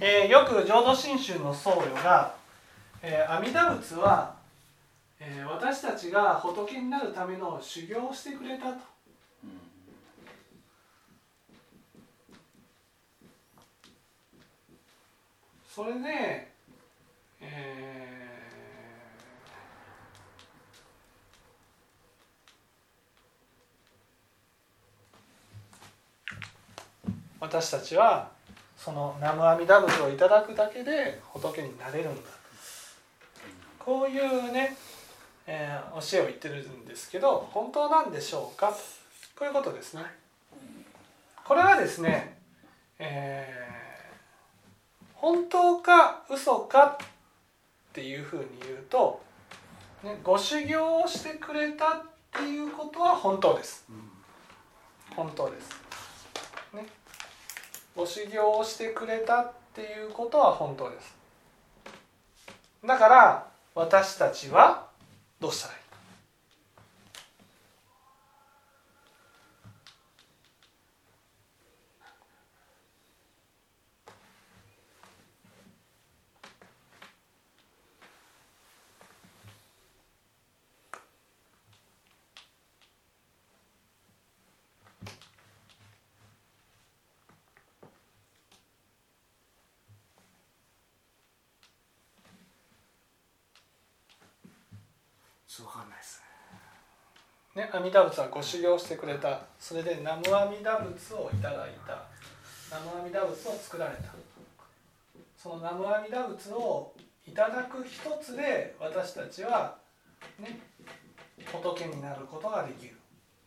よく浄土真宗の僧侶が、阿弥陀仏は、私たちが仏になるための修行をしてくれたと。それで、私たちはその南無阿弥陀仏をいただくだけで仏になれるんだ、こういうね、教えを言ってるんですけど、本当なんでしょうか、こういうことですね。これはですね、本当か嘘かっていうふうに言うと、ね、ご修行をしてくれたっていうことは本当です。本当です。ね、ご修行をしてくれたっていうことは本当です。だから私たちはどうしたらいい？ わかんないですね。阿弥陀仏はご修行してくれた。それで南無阿弥陀仏をいただいた。南無阿弥陀仏を作られた。その南無阿弥陀仏をいただく一つで私たちは、ね、仏になることができる。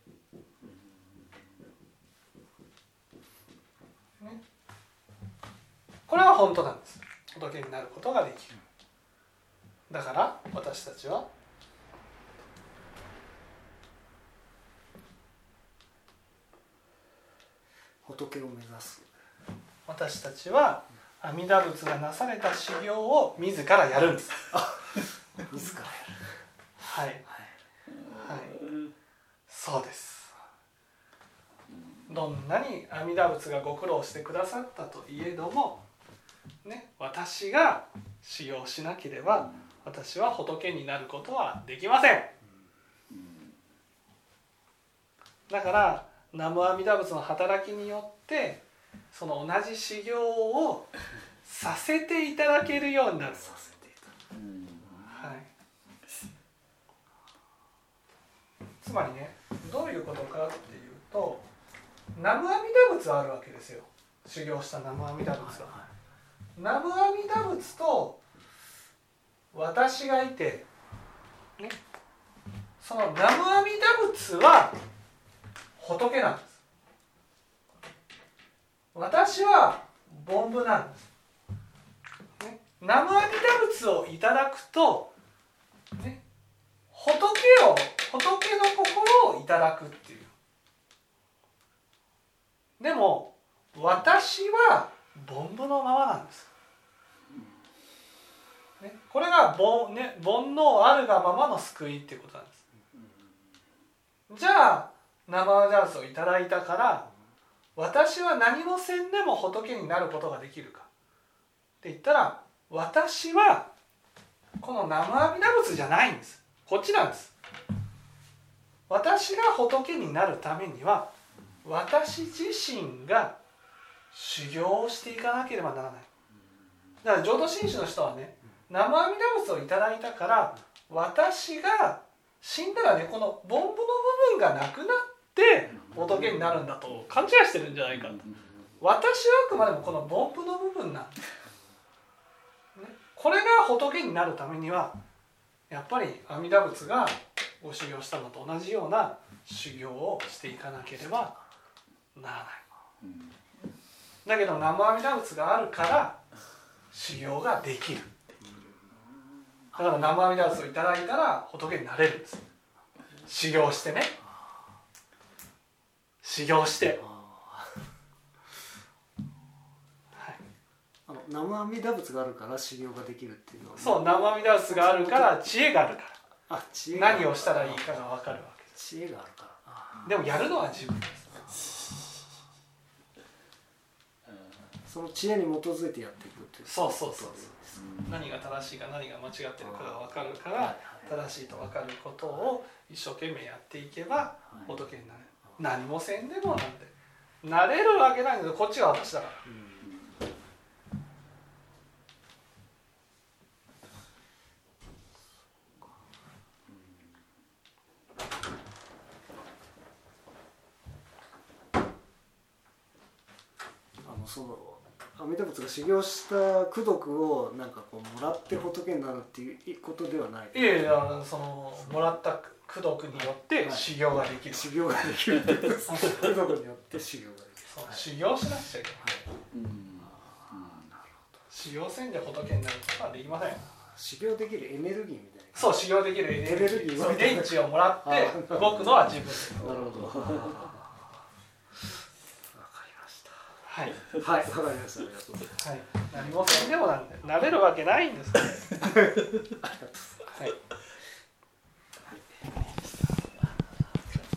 ね、これは本当なんです。仏になることができる。だから私たちは仏を目指す。 私たちは阿弥陀仏がなされた修行を自らやるんです。 自らやる。 はい、はい、そうです。どんなに阿弥陀仏がご苦労してくださったといえども、ね、私が修行しなければ私は仏になることはできません。だから南無阿弥陀仏の働きによってその同じ修行をさせていただけるようになる。はい、つまりね、どういうことかっていうと、南無阿弥陀仏はあるわけですよ。修行した南無阿弥陀仏は、南無阿弥陀仏と私がいて、ね、その南無阿弥陀仏は仏なんです。私は凡夫なんです。ね、南無阿弥陀仏をいただくと、ね、仏の心をいただくっていう。でも私は凡夫のままなんです。ね、これが煩悩あるがままの救いっていうことなんです。じゃあ南無阿弥陀仏をいただいたから私は何もせんでも仏になることができるかって言ったら、私はこの南無阿弥陀仏じゃないんです。こっちなんです。私が仏になるためには私自身が修行をしていかなければならない。だから浄土真宗の人はね、南無阿弥陀仏をいただいたから私が死んだらね、この凡夫の部分がなくなって仏になるんだと勘違いしてるんじゃないかと。私はあくまでもこの凡夫の部分なんです、ね、これが仏になるためにはやっぱり阿弥陀仏がご修行したのと同じような修行をしていかなければならない。だけど南無阿弥陀仏があるから修行ができる。だから南無阿弥陀仏をいただいたら仏になれるんです。修行してね、修行して、はい、 南無阿弥陀仏があるから修行ができるっていうのは、ね、 そう、南無阿弥陀仏があるから知恵があるから、 知恵があるから、 何をしたらいいかが分かるわけです。 知恵があるから。 でもやるのは自分です。 その知恵に基づいてやっていくっというそうそうそうそう、何が正しいか何が間違ってるかが分かるから、正しいと分かることを一生懸命やっていけば仏になる。何もせんでもなんでなれるわけないんだけど、こっちが私だから。 その阿弥陀仏が修行した功徳をなんかこうもらって仏になるっていうことではない。 いやいや、そのもらった功徳によって修行ができる、 修行ができるってことです。功徳によって修行ができる。 そう、修行しなくちゃいけない。修行せんで仏になることはできません。 修行できるエネルギーみたいな。 そう、修行できるエネルギー、そう電池をもらって動くのは自分。 なるほど。 はい、 はい、わかりました。ありがとうございます。 はい、何もせんでもなんでなれるわけないんです。はい。